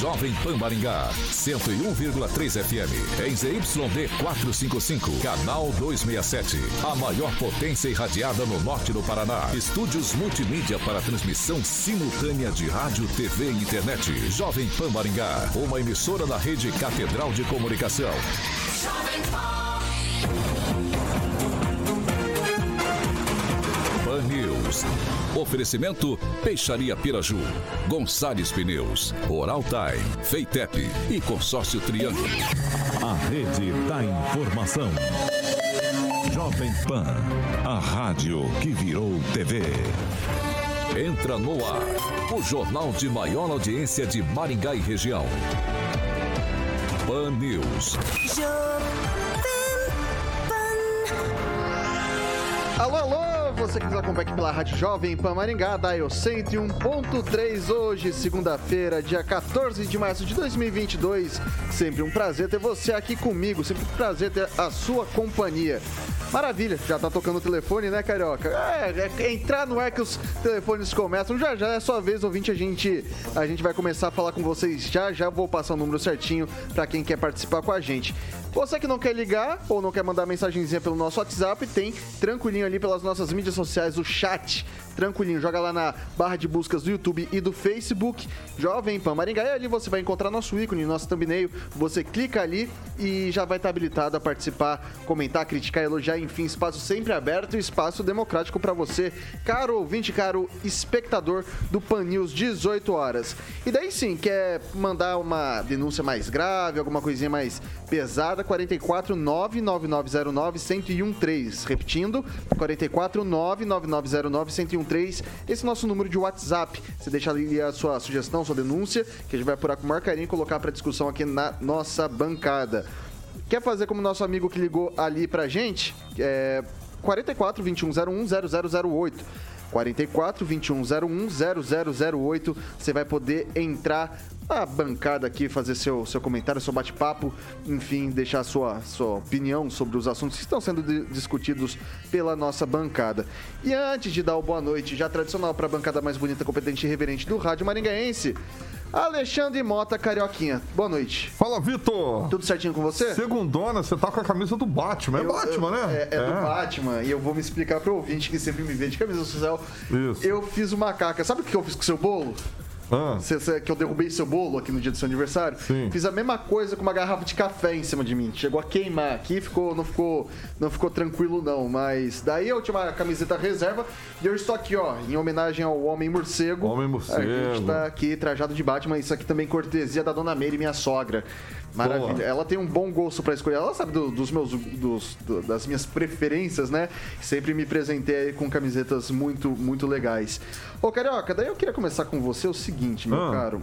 Jovem Pan Maringá, 101,3 FM, em ZYD 455, canal 267, a maior potência irradiada no norte do Paraná. Estúdios multimídia para transmissão simultânea de rádio, TV e internet. Jovem Pan Maringá, uma emissora da rede Catedral de Comunicação. Jovem Pan. Pan News. Oferecimento Peixaria Piraju, Gonçalves Pneus, Oral Time, Feitep e Consórcio Triângulo. A rede da informação. Jovem Pan, a rádio que virou TV. Entra no ar, o jornal de maior audiência de Maringá e região. Pan News. Alô, alô! Você que nos acompanha aqui pela Rádio Jovem Pan Maringá, dial 101.3, hoje, segunda-feira, dia 14 de março de 2022. Sempre um prazer ter você aqui comigo, sempre um prazer ter a sua companhia. Maravilha, já tá tocando o telefone, né, Carioca? Entrar no ar que os telefones começam, já é sua vez, ouvinte, a gente vai começar a falar com vocês já vou passar o número certinho pra quem quer participar com a gente. Você que não quer ligar ou não quer mandar mensagenzinha pelo nosso WhatsApp, tem tranquilinho ali pelas nossas mídias sociais, o chat, tranquilinho, joga lá na barra de buscas do YouTube e do Facebook, Jovem Pan Maringá, e ali você vai encontrar nosso ícone, nosso thumbnail, você clica ali e já vai estar habilitado a participar, comentar, criticar, elogiar, enfim, espaço sempre aberto e espaço democrático para você, caro ouvinte, caro espectador do Pan News, 18 horas. E daí sim, quer mandar uma denúncia mais grave, alguma coisinha mais pesada, 44 99909 1013. Repetindo, 44 99909 1013. Esse é o nosso número de WhatsApp. Você deixa ali a sua sugestão, sua denúncia, que a gente vai apurar com o maior carinho e colocar para discussão aqui na nossa bancada. Quer fazer como o nosso amigo que ligou ali pra gente? 44 2101 0008. 44 2101 0008. Você vai poder entrar na bancada aqui, fazer seu comentário, seu bate-papo, enfim, deixar sua opinião sobre os assuntos que estão sendo discutidos pela nossa bancada. E antes de dar o boa noite, já tradicional para a bancada mais bonita, competente e reverente do rádio maringaense, Alexandre Mota, Carioquinha. Boa noite. Fala, Vitor. Tudo certinho com você? Segundona, você tá com a camisa do Batman. Batman, né? É do Batman. E eu vou me explicar pro ouvinte que sempre me vê de camisa social. Isso. Eu fiz uma caca. Sabe o que eu fiz com o seu bolo? Que eu derrubei seu bolo aqui no dia do seu aniversário. Sim. Fiz a mesma coisa com uma garrafa de café em cima de mim. Chegou a queimar aqui, não ficou tranquilo não. Mas daí eu tinha uma camiseta reserva e eu estou aqui, ó, em homenagem ao Homem-Morcego. Homem-Morcego. A gente tá aqui trajado de Batman. Isso aqui também cortesia da Dona Meire, minha sogra. Maravilha. Boa. Ela tem um bom gosto pra escolher. Ela sabe das minhas preferências, né? Sempre me presentei com camisetas muito, muito legais. Ô, Carioca, daí eu queria começar com você o seguinte, meu caro.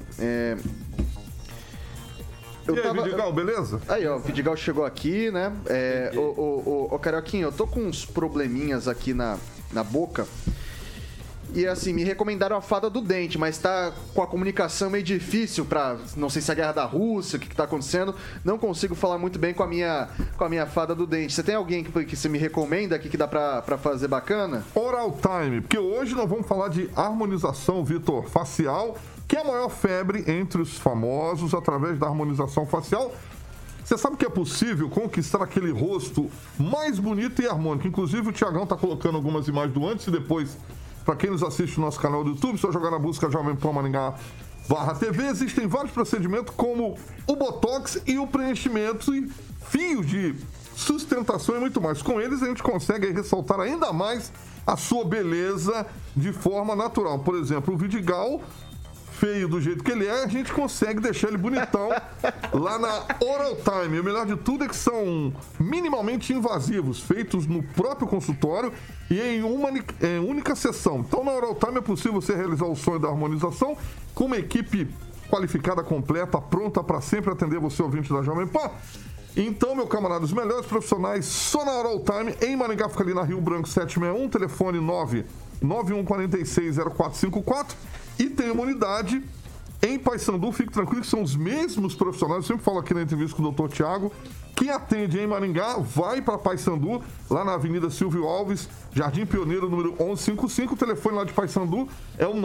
Vidigal, beleza? Aí, ó, o Vidigal chegou aqui, né? Ô, Carioquinha, eu tô com uns probleminhas aqui na boca. E assim, me recomendaram a fada do dente, mas tá com a comunicação meio difícil pra... Não sei se é a guerra da Rússia, o que tá acontecendo. Não consigo falar muito bem com a minha fada do dente. Você tem alguém que você me recomenda aqui que dá pra fazer bacana? Oral Time, porque hoje nós vamos falar de harmonização, Vitor, facial, que é a maior febre entre os famosos através da harmonização facial. Você sabe que é possível conquistar aquele rosto mais bonito e harmônico. Inclusive o Tiagão tá colocando algumas imagens do antes e depois. Para quem nos assiste no nosso canal do YouTube, só jogar na busca Jovem Pan Maringá /TV. Existem vários procedimentos como o Botox e o preenchimento e fios de sustentação e muito mais. Com eles a gente consegue ressaltar ainda mais a sua beleza de forma natural. Por exemplo, o Vidigal, feio do jeito que ele é, a gente consegue deixar ele bonitão lá na Oral Time. O melhor de tudo é que são minimamente invasivos, feitos no próprio consultório e em uma única sessão. Então, na Oral Time é possível você realizar o sonho da harmonização com uma equipe qualificada, completa, pronta para sempre atender você, ouvinte da Jovem Pan. Então, meu camarada, os melhores profissionais só na Oral Time. Em Maringá, fica ali na Rio Branco 761, telefone 991460454. E tem uma unidade Em Paysandu, fique tranquilo que são os mesmos profissionais, eu sempre falo aqui na entrevista com o Dr. Tiago, quem atende em Maringá vai para Paysandu, lá na Avenida Silvio Alves, Jardim Pioneiro, número 1155. O telefone lá de Paysandu é o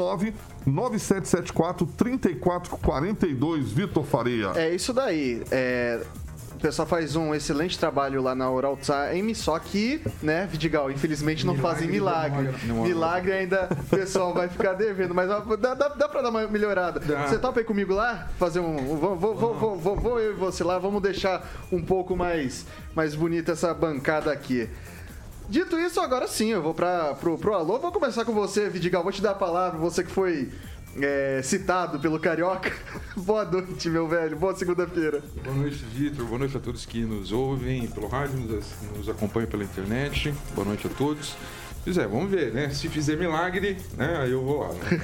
99774-3442, Vitor Faria. É isso daí. O pessoal faz um excelente trabalho lá na Oral Time, só que, né, Vidigal, infelizmente não fazem milagre. Milagre ainda o pessoal vai ficar devendo, mas dá pra dar uma melhorada. Você topa aí comigo lá? Fazer vou eu e você lá, vamos deixar um pouco mais bonita essa bancada aqui. Dito isso, agora sim, eu vou pro alô. Vou começar com você, Vidigal, vou te dar a palavra, você que foi citado pelo Carioca. Boa noite, meu velho. Boa segunda-feira. Boa noite, Vitor. Boa noite a todos que nos ouvem pelo rádio, nos acompanham pela internet. Boa noite a todos. Pois é, vamos ver, né? Se fizer milagre, né? Aí eu vou lá, né?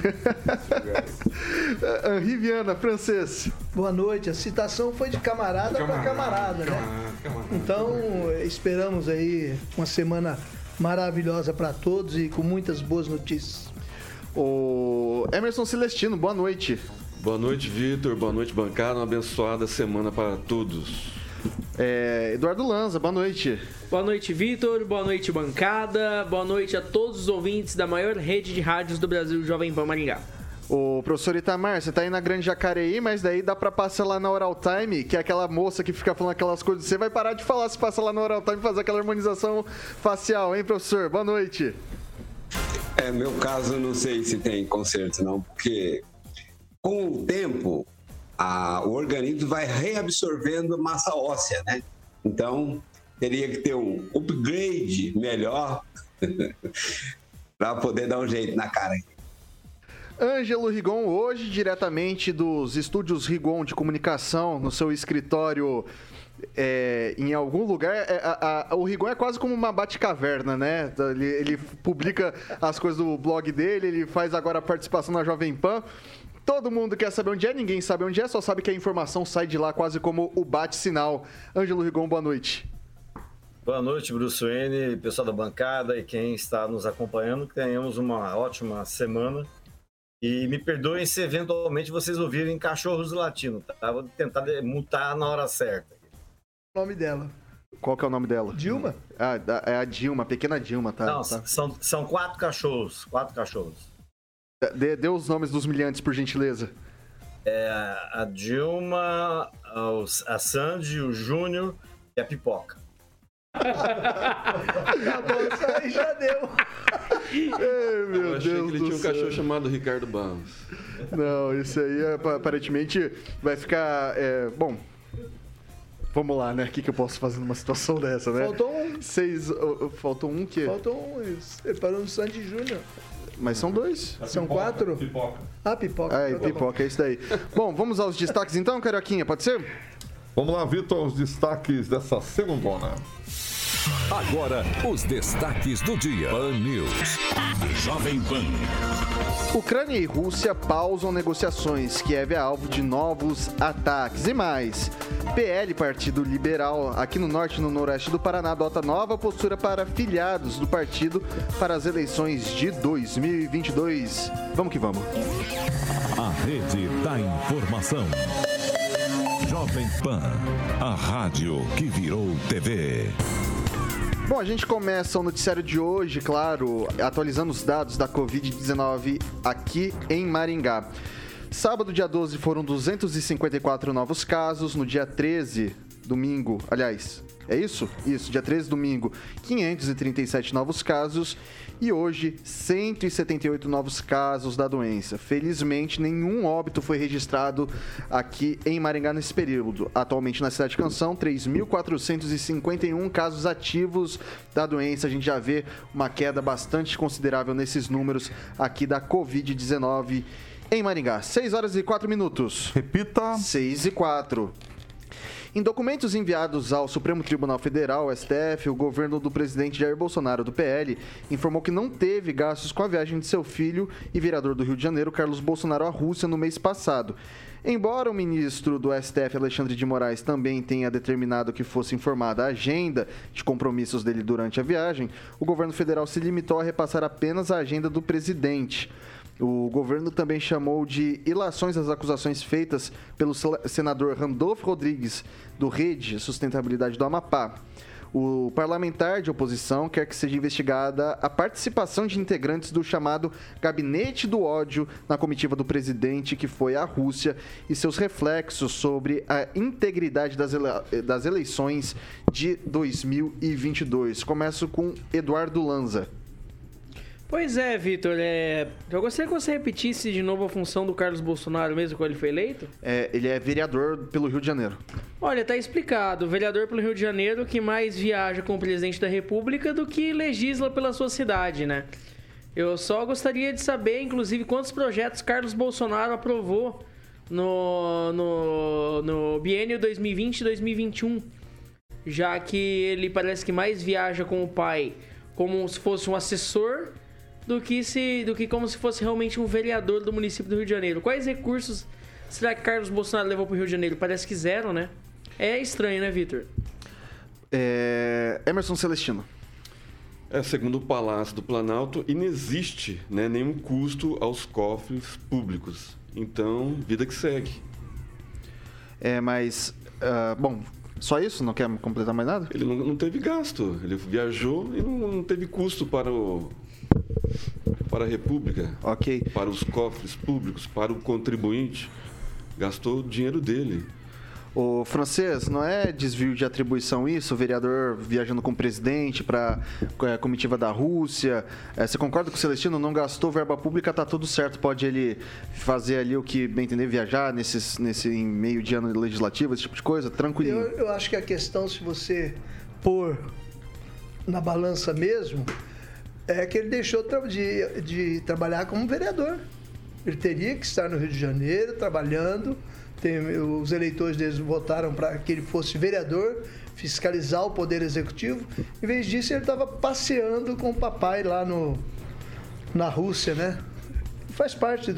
Henri Viana, francês. Boa noite. A citação foi de camarada para camarada, né? Então, esperamos aí uma semana maravilhosa para todos e com muitas boas notícias. O Emerson Celestino, boa noite. Boa noite, Vitor. Boa noite, bancada. Uma abençoada semana para todos. Eduardo Lanza, boa noite. Boa noite, Vitor. Boa noite, bancada. Boa noite a todos os ouvintes da maior rede de rádios do Brasil, Jovem Pan Maringá. O professor Itamar, você tá aí na Grande Jacareí, mas daí dá pra passar lá na Oral Time, que é aquela moça que fica falando aquelas coisas. Você vai parar de falar se passa lá na Oral Time e fazer aquela harmonização facial, hein, professor? Boa noite. Meu caso, eu não sei se tem conserto, não, porque com o tempo o organismo vai reabsorvendo massa óssea, né? Então, teria que ter um upgrade melhor para poder dar um jeito na cara. Ângelo Rigon, hoje, diretamente dos estúdios Rigon de comunicação, no seu escritório em algum lugar. O Rigon é quase como uma bate-caverna, né? Ele publica as coisas do blog dele, ele faz agora a participação na Jovem Pan. Todo mundo quer saber onde é, ninguém sabe onde é, só sabe que a informação sai de lá quase como o bate-sinal. Ângelo Rigon, boa noite. Boa noite, Bruce Wayne, pessoal da bancada e quem está nos acompanhando. Que tenhamos uma ótima semana. E me perdoem se eventualmente vocês ouvirem cachorros latinos, tá? Vou tentar mutar na hora certa. O nome dela. Qual que é o nome dela? Dilma. É a Dilma, a pequena Dilma, tá? Não, tá. São 4 cachorros. Dê os nomes dos milhantes, por gentileza. A Dilma, a Sandy, o Júnior e a Pipoca. Tá bom, isso aí já deu. Eu achei que ele tinha um cachorro chamado Ricardo Barros. Não, isso aí aparentemente vai ficar... Bom, vamos lá, né? O que eu posso fazer numa situação dessa, né? Faltou um. Faltou um que... Faltou um. Separou o Sandy Júnior. Mas são 2. São 4? Pipoca. Pipoca. Pipoca, é isso daí. Bom, vamos aos destaques então, Carioquinha, pode ser? Vamos lá, Vitor, os destaques dessa segundona. Agora, os destaques do dia. Pan News. Jovem Pan. Ucrânia e Rússia pausam negociações. Kiev é alvo de novos ataques. E mais, PL, Partido Liberal, aqui no norte e no noroeste do Paraná, adota nova postura para filiados do partido para as eleições de 2022. Vamos que vamos. A Rede da Informação. Jovem Pan, a rádio que virou TV. Bom, a gente começa o noticiário de hoje, claro, atualizando os dados da Covid-19 aqui em Maringá. Sábado, dia 12, foram 254 novos casos. No dia 13, domingo, aliás, é isso? Isso, dia 13, domingo, 537 novos casos. E hoje, 178 novos casos da doença. Felizmente, nenhum óbito foi registrado aqui em Maringá nesse período. Atualmente, na cidade de Canção, 3.451 casos ativos da doença. A gente já vê uma queda bastante considerável nesses números aqui da Covid-19 em Maringá. 6 horas e 4 minutos. Repita. 6 e 4. Em documentos enviados ao Supremo Tribunal Federal, STF, o governo do presidente Jair Bolsonaro, do PL, informou que não teve gastos com a viagem de seu filho e vereador do Rio de Janeiro, Carlos Bolsonaro, à Rússia no mês passado. Embora o ministro do STF, Alexandre de Moraes, também tenha determinado que fosse informada a agenda de compromissos dele durante a viagem, o governo federal se limitou a repassar apenas a agenda do presidente. O governo também chamou de ilações as acusações feitas pelo senador Randolfo Rodrigues, do Rede Sustentabilidade do Amapá. O parlamentar de oposição quer que seja investigada a participação de integrantes do chamado Gabinete do Ódio na comitiva do presidente que foi à Rússia e seus reflexos sobre a integridade das eleições de 2022. Começo com Eduardo Lanza. Pois é, Vitor, eu gostaria que você repetisse de novo a função do Carlos Bolsonaro mesmo quando ele foi eleito. Ele é vereador pelo Rio de Janeiro. Olha, tá explicado, vereador pelo Rio de Janeiro que mais viaja com o presidente da República do que legisla pela sua cidade, né? Eu só gostaria de saber, inclusive, quantos projetos Carlos Bolsonaro aprovou no biênio 2020 e 2021, já que ele parece que mais viaja com o pai como se fosse um assessor do que como se fosse realmente um vereador do município do Rio de Janeiro. Quais recursos será que Carlos Bolsonaro levou para o Rio de Janeiro? Parece que zero, né? É estranho, né, Vitor? Emerson Celestino. Segundo o Palácio do Planalto, inexiste, né, nenhum custo aos cofres públicos. Então, vida que segue. Mas, só isso? Não quer completar mais nada? Ele não teve gasto. Ele viajou e não teve custo para a República, ok, para os cofres públicos, para o contribuinte. Gastou o dinheiro dele. O francês, não é desvio de atribuição isso? O vereador viajando com o presidente para a comitiva da Rússia. Você concorda com o Celestino? Não gastou verba pública, tá tudo certo. Pode ele fazer ali o que bem entender, viajar nesse meio de ano legislativo, esse tipo de coisa? Tranquilinho. Eu acho que a questão, se você pôr na balança mesmo, é que ele deixou de trabalhar como vereador. Ele teria que estar no Rio de Janeiro trabalhando. Os eleitores deles votaram para que ele fosse vereador, fiscalizar o Poder Executivo. Em vez disso, ele estava passeando com o papai lá na Rússia, né? Faz parte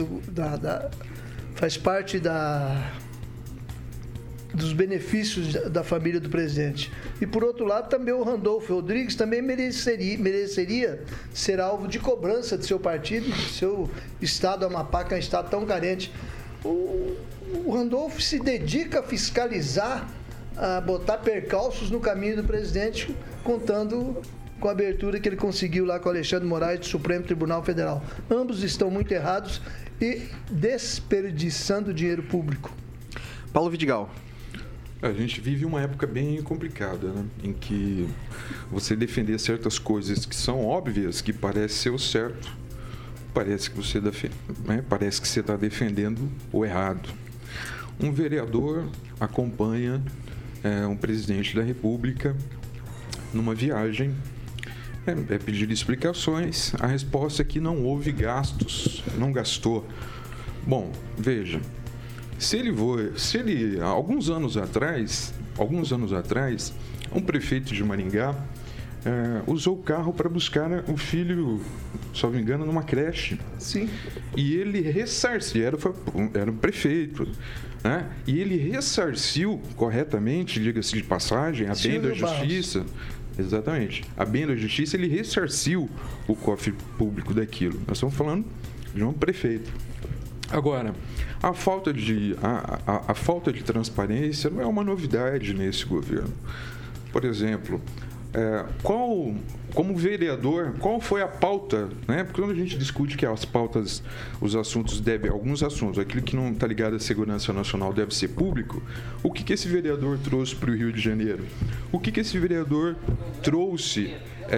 dos benefícios da família do presidente. E, por outro lado, também o Randolfo Rodrigues também mereceria ser alvo de cobrança de seu partido, de seu estado, Amapá, que é um estado tão carente. O Randolfo se dedica a fiscalizar, a botar percalços no caminho do presidente, contando com a abertura que ele conseguiu lá com o Alexandre Moraes do Supremo Tribunal Federal. Ambos estão muito errados e desperdiçando dinheiro público. Paulo Vidigal. A gente vive uma época bem complicada, né? Em que você defender certas coisas que são óbvias, que parece ser o certo, parece que você está defendendo o errado. Um vereador acompanha um presidente da República numa viagem, pedir explicações. A resposta é que não houve gastos, não gastou. Bom, veja, se ele alguns anos atrás, um prefeito de Maringá usou o carro para buscar o filho, se não me engano, numa creche. Sim. E ele ressarciu, era um prefeito, né? E ele ressarciu corretamente, diga-se de passagem, a bem da justiça. Exatamente. A bem da justiça, ele ressarciu o cofre público daquilo. Nós estamos falando de um prefeito. Agora, a falta de transparência não é uma novidade nesse governo. Por exemplo, como vereador, qual foi a pauta, né? Porque quando a gente discute que as pautas, os assuntos alguns assuntos, aquilo que não está ligado à segurança nacional deve ser público, o que esse vereador trouxe para o Rio de Janeiro? O que esse vereador trouxe?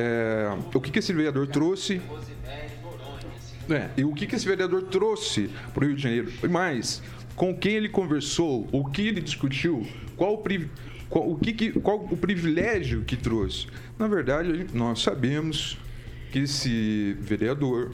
E o que esse vereador trouxe para o Rio de Janeiro? E mais, com quem ele conversou, o que ele discutiu, qual o privilégio que trouxe. Na verdade, nós sabemos que esse vereador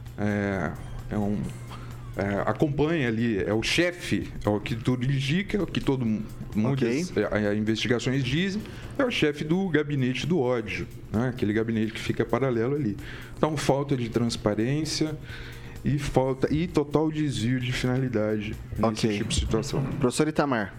acompanha ali, é o chefe, é o que tudo indica, é o que muitas investigações dizem, é o chefe do gabinete do ódio, né? Aquele gabinete que fica paralelo ali. Então, falta de transparência e total desvio de finalidade nesse tipo de situação. Professor Itamar.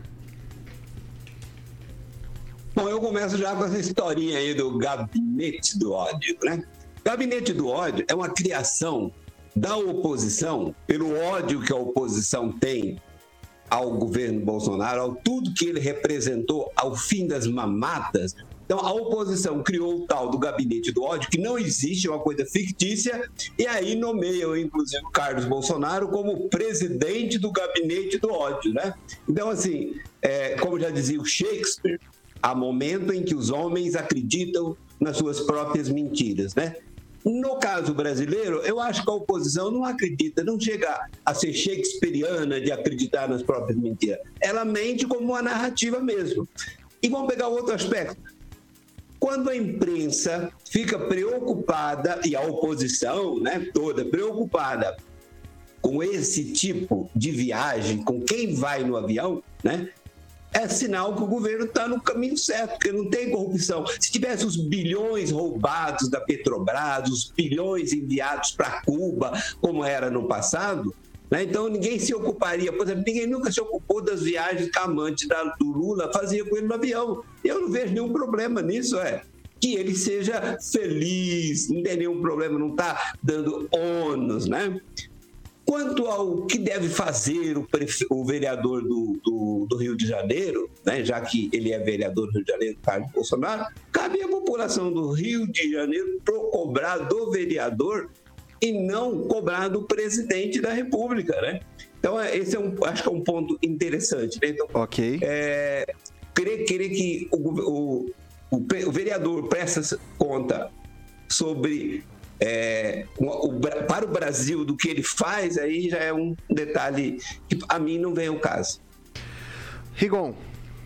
Bom, eu começo já com essa historinha aí do Gabinete do Ódio, né? Gabinete do Ódio é uma criação da oposição, pelo ódio que a oposição tem ao governo Bolsonaro, ao tudo que ele representou ao fim das mamatas. Então, a oposição criou o tal do gabinete do ódio, que não existe, é uma coisa fictícia, e aí nomeiam, inclusive, o Carlos Bolsonaro como presidente do gabinete do ódio, né? Então, assim, como já dizia o Shakespeare, há momento em que os homens acreditam nas suas próprias mentiras, né? No caso brasileiro, eu acho que a oposição não acredita, não chega a ser shakespeariana de acreditar nas próprias mentiras. Ela mente como uma narrativa mesmo. E vamos pegar outro aspecto. Quando a imprensa fica preocupada, e a oposição, né, toda preocupada com esse tipo de viagem, com quem vai no avião, né, é sinal que o governo está no caminho certo, porque não tem corrupção. Se tivesse os bilhões roubados da Petrobras, os bilhões enviados para Cuba, como era no passado, né, então ninguém se ocuparia. Por exemplo, ninguém nunca se ocupou das viagens que a amante do Lula fazia com ele no avião. Eu não vejo nenhum problema nisso, que ele seja feliz, não tem nenhum problema, não está dando ônus, né? Quanto ao que deve fazer o vereador do Rio de Janeiro, né, já que ele é vereador do Rio de Janeiro, Carlos Bolsonaro, cabe à população do Rio de Janeiro cobrar do vereador e não cobrar do presidente da República, né? Então, esse acho que é um ponto interessante, né? Então, ok. Querer que o vereador preste conta sobre... para o Brasil do que ele faz, aí já é um detalhe que a mim não vem ao caso. Rigon.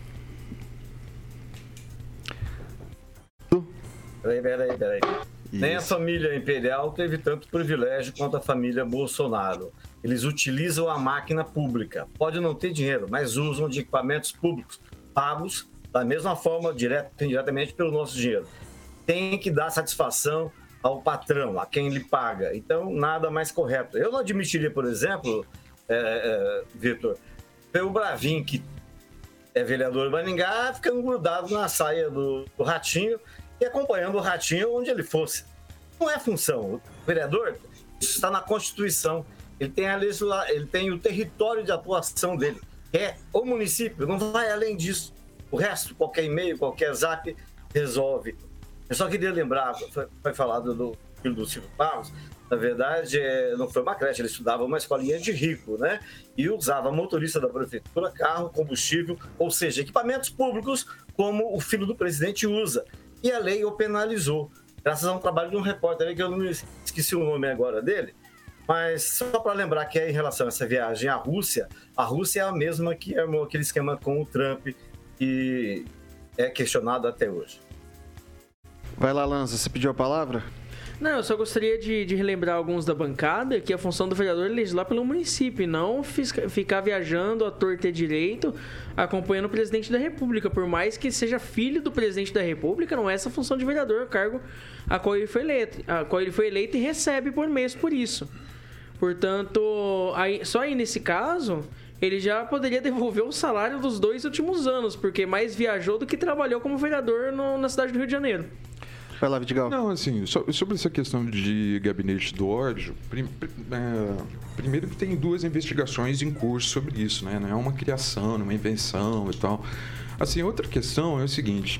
Peraí. Nem a família imperial teve tanto privilégio quanto a família Bolsonaro. Eles utilizam a máquina pública. Pode não ter dinheiro, mas usam de equipamentos públicos pagos da mesma forma, indiretamente, pelo nosso dinheiro. Tem que dar satisfação ao patrão, a quem lhe paga. Então, nada mais correto. Eu não admitiria, por exemplo, Vitor, o Bravin, que é vereador de Maringá, ficando grudado na saia do Ratinho e acompanhando o Ratinho onde ele fosse. Não é função. O vereador, isso está na Constituição. Ele tem o território de atuação dele, que é o município, não vai além disso. O resto, qualquer e-mail, qualquer zap, resolve. Eu só queria lembrar, foi falado do filho do Silvio Barros, na verdade, não foi uma creche, ele estudava uma escolinha de rico, né? E usava motorista da prefeitura, carro, combustível, ou seja, equipamentos públicos, como o filho do presidente usa. E a lei o penalizou, graças a um trabalho de um repórter, que eu não esqueci o nome agora dele, mas só para lembrar que em relação a essa viagem à Rússia, a Rússia é a mesma que armou aquele esquema com o Trump, que é questionado até hoje. Vai lá, Lanza, você pediu a palavra? Não, eu só gostaria de relembrar alguns da bancada que a função do vereador é legislar pelo município, não ficar viajando à torta e direito, acompanhando o presidente da República. Por mais que seja filho do presidente da República, não é essa a função de vereador, o cargo a qual ele foi eleito e recebe por mês por isso. Portanto, só aí nesse caso, ele já poderia devolver o salário dos 2 últimos anos, porque mais viajou do que trabalhou como vereador na cidade do Rio de Janeiro. Vai lá, Vidigal. Não, assim, sobre essa questão de gabinete do ódio, primeiro que tem 2 investigações em curso sobre isso, né? Não é uma criação, não é uma invenção e tal. Assim, outra questão é o seguinte,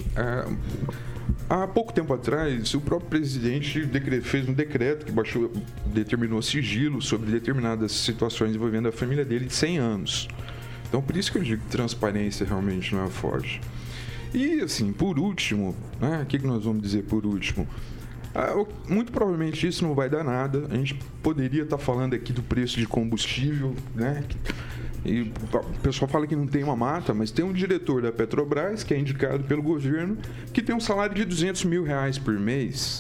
há pouco tempo atrás, o próprio presidente fez um decreto que determinou sigilo sobre determinadas situações envolvendo a família dele de 100 anos. Então, por isso que eu digo que transparência realmente não é forte. E, assim, por último, né, o que nós vamos dizer por último? Muito provavelmente isso não vai dar nada. A gente poderia estar falando aqui do preço de combustível, né? E o pessoal fala que não tem uma mata, mas tem um diretor da Petrobras, que é indicado pelo governo, que tem um salário de R$200 mil por mês.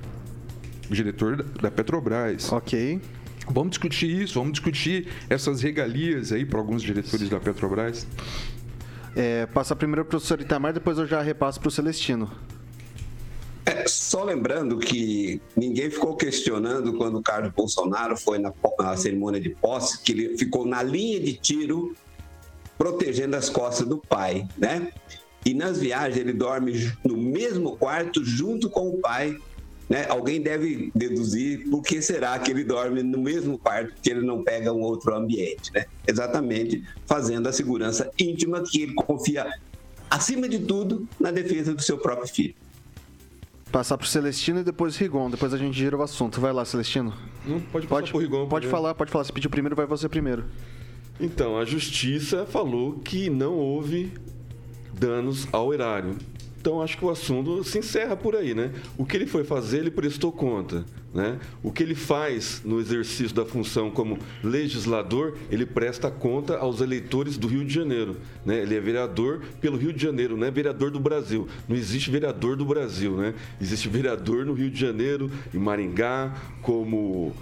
O diretor da Petrobras. Ok. Vamos discutir isso, vamos discutir essas regalias aí para alguns diretores da Petrobras. Passa primeiro para o professor Itamar, depois eu já repasso para o Celestino. Só lembrando que ninguém ficou questionando quando o Carlos Bolsonaro foi na cerimônia de posse, que ele ficou na linha de tiro protegendo as costas do pai, né? E nas viagens ele dorme no mesmo quarto junto com o pai né? Alguém deve deduzir por que será que ele dorme no mesmo quarto, que ele não pega um outro ambiente, né? Exatamente fazendo a segurança íntima que ele confia, acima de tudo, na defesa do seu próprio filho. Passar pro Celestino e depois Rigon. Depois a gente gira o assunto. Vai lá, Celestino. Não, pode pro Rigon. Pode falar. Você pediu primeiro, vai você primeiro. Então, a Justiça falou que não houve danos ao erário. Então, acho que o assunto se encerra por aí, né? O que ele foi fazer, ele prestou conta, né? O que ele faz no exercício da função como legislador, ele presta conta aos eleitores do Rio de Janeiro, né? Ele é vereador pelo Rio de Janeiro, não é vereador do Brasil. Não existe vereador do Brasil, né? Existe vereador no Rio de Janeiro, em Maringá, como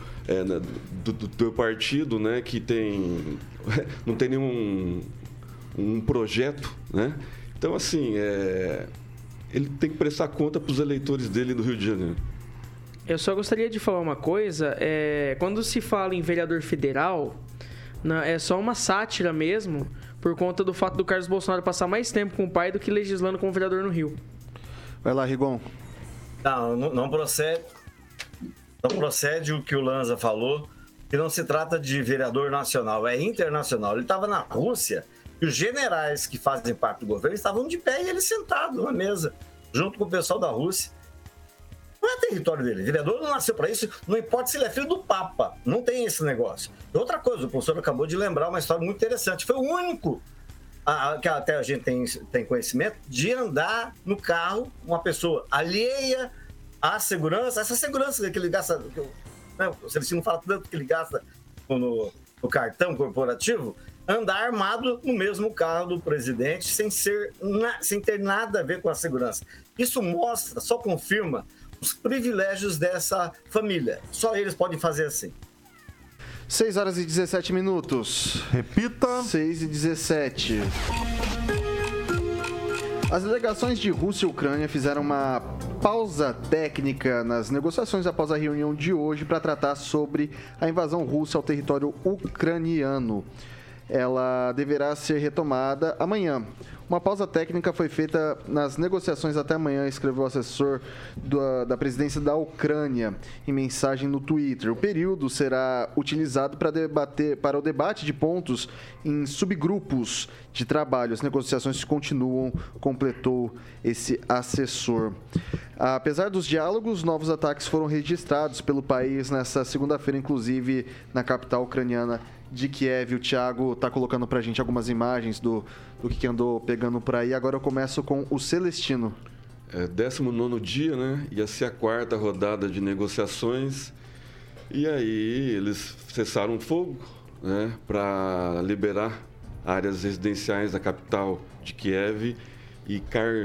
do teu partido, né? Que não tem nenhum projeto, né? Então, assim, ele tem que prestar conta para os eleitores dele do Rio de Janeiro. Eu só gostaria de falar uma coisa. Quando se fala em vereador federal, é só uma sátira mesmo, por conta do fato do Carlos Bolsonaro passar mais tempo com o pai do que legislando como vereador no Rio. Vai lá, Rigon. Não procede. Não procede o que o Lanza falou, que não se trata de vereador nacional, é internacional. Ele estava na Rússia e os generais que fazem parte do governo estavam de pé e ele sentado na mesa, junto com o pessoal da Rússia. Não é território dele. O vereador não nasceu para isso, não importa se ele é filho do Papa. Não tem esse negócio. E outra coisa, o professor acabou de lembrar uma história muito interessante. Foi o único que até a gente tem conhecimento de andar no carro uma pessoa alheia à segurança, essa segurança que ele gasta, o Celestino fala tanto que ele gasta no cartão corporativo, andar armado no mesmo carro do presidente sem ter nada a ver com a segurança. Isso mostra, só confirma os privilégios dessa família. Só eles podem fazer assim. 6 horas e 17 minutos. Repita. 6 e 17. As delegações de Rússia e Ucrânia fizeram uma pausa técnica nas negociações após a reunião de hoje para tratar sobre a invasão russa ao território ucraniano. Ela deverá ser retomada amanhã. Uma pausa técnica foi feita nas negociações até amanhã, escreveu o assessor da presidência da Ucrânia em mensagem no Twitter. O período será utilizado para o debate de pontos em subgrupos de trabalho. As negociações continuam, completou esse assessor. Apesar dos diálogos, novos ataques foram registrados pelo país nesta segunda-feira, inclusive na capital ucraniana de Kiev. O Thiago está colocando para a gente algumas imagens do que andou pegando por aí. Agora eu começo com o Celestino. 19º dia, né? Ia ser a 4ª rodada de negociações. E aí eles cessaram o fogo, né? Para liberar áreas residenciais da capital de Kiev e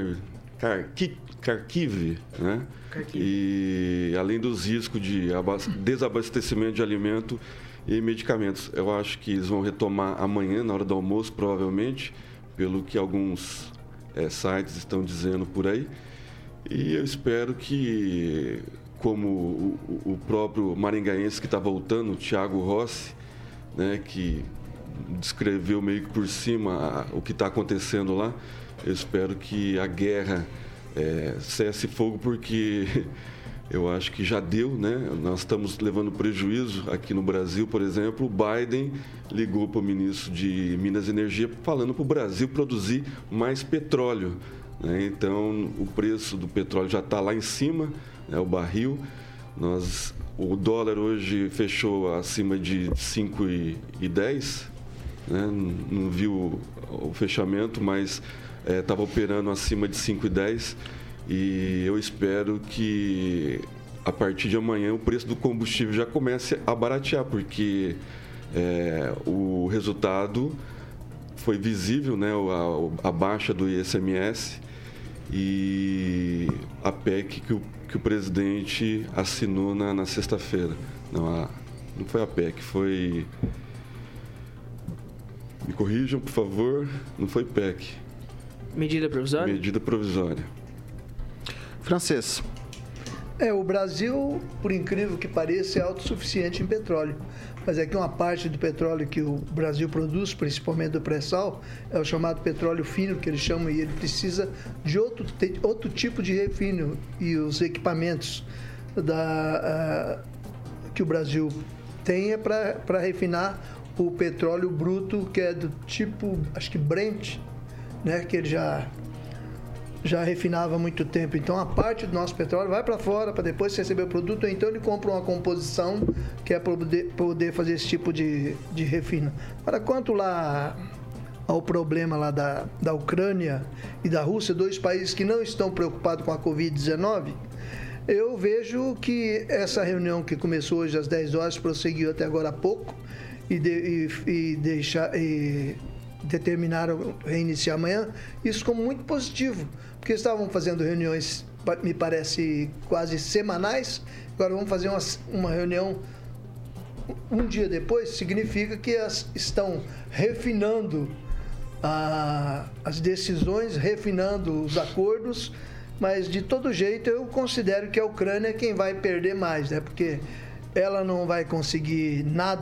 Kharkiv, né? E além dos riscos de desabastecimento de alimento e medicamentos. Eu acho que eles vão retomar amanhã, na hora do almoço, provavelmente, pelo que alguns sites estão dizendo por aí. E eu espero que, como o próprio maringaense que está voltando, o Thiago Rossi, né, que descreveu meio que por cima o que está acontecendo lá, eu espero que a guerra cesse fogo, porque eu acho que já deu, né? Nós estamos levando prejuízo aqui no Brasil, por exemplo. O Biden ligou para o ministro de Minas e Energia falando para o Brasil produzir mais petróleo, né? Então, o preço do petróleo já está lá em cima, né? O barril. O dólar hoje fechou acima de 5,10, né? Não viu o fechamento, mas estava operando acima de 5,10. E eu espero que a partir de amanhã o preço do combustível já comece a baratear, porque o resultado foi visível, né? A baixa do ICMS e a PEC que o presidente assinou na sexta-feira. Não foi a PEC, foi... Me corrijam, por favor, não foi PEC. Medida provisória? Medida provisória. Francês. O Brasil, por incrível que pareça, é autossuficiente em petróleo. Mas é que uma parte do petróleo que o Brasil produz, principalmente do pré-sal, é o chamado petróleo fino, que eles chamam, e ele precisa de outro tipo de refino. E os equipamentos que o Brasil tem é para refinar o petróleo bruto, que é do tipo, acho que Brent, né? Que ele já refinava há muito tempo. Então, a parte do nosso petróleo vai para fora para depois receber o produto, ou então ele compra uma composição que é para poder fazer esse tipo de refino. Agora, quanto lá ao problema lá da Ucrânia e da Rússia, dois países que não estão preocupados com a Covid-19, eu vejo que essa reunião que começou hoje às 10 horas, prosseguiu até agora há pouco, e determinaram reiniciar amanhã, isso como muito positivo, porque estavam fazendo reuniões, me parece, quase semanais, agora vamos fazer uma reunião um dia depois, significa que estão refinando as decisões, refinando os acordos, mas de todo jeito eu considero que a Ucrânia é quem vai perder mais, né? Porque ela não vai conseguir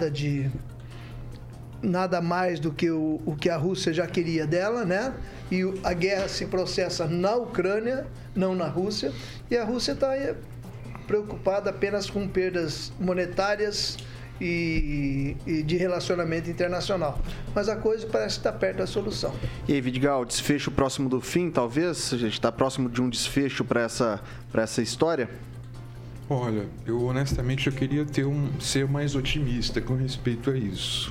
nada mais do que o que a Rússia já queria dela, né? E a guerra se processa na Ucrânia, não na Rússia, e a Rússia está preocupada apenas com perdas monetárias e de relacionamento internacional. Mas a coisa parece estar perto da solução. E aí, Vidigal, desfecho próximo do fim, talvez? A gente está próximo de um desfecho para essa história? Olha, eu honestamente queria ser mais otimista com respeito a isso.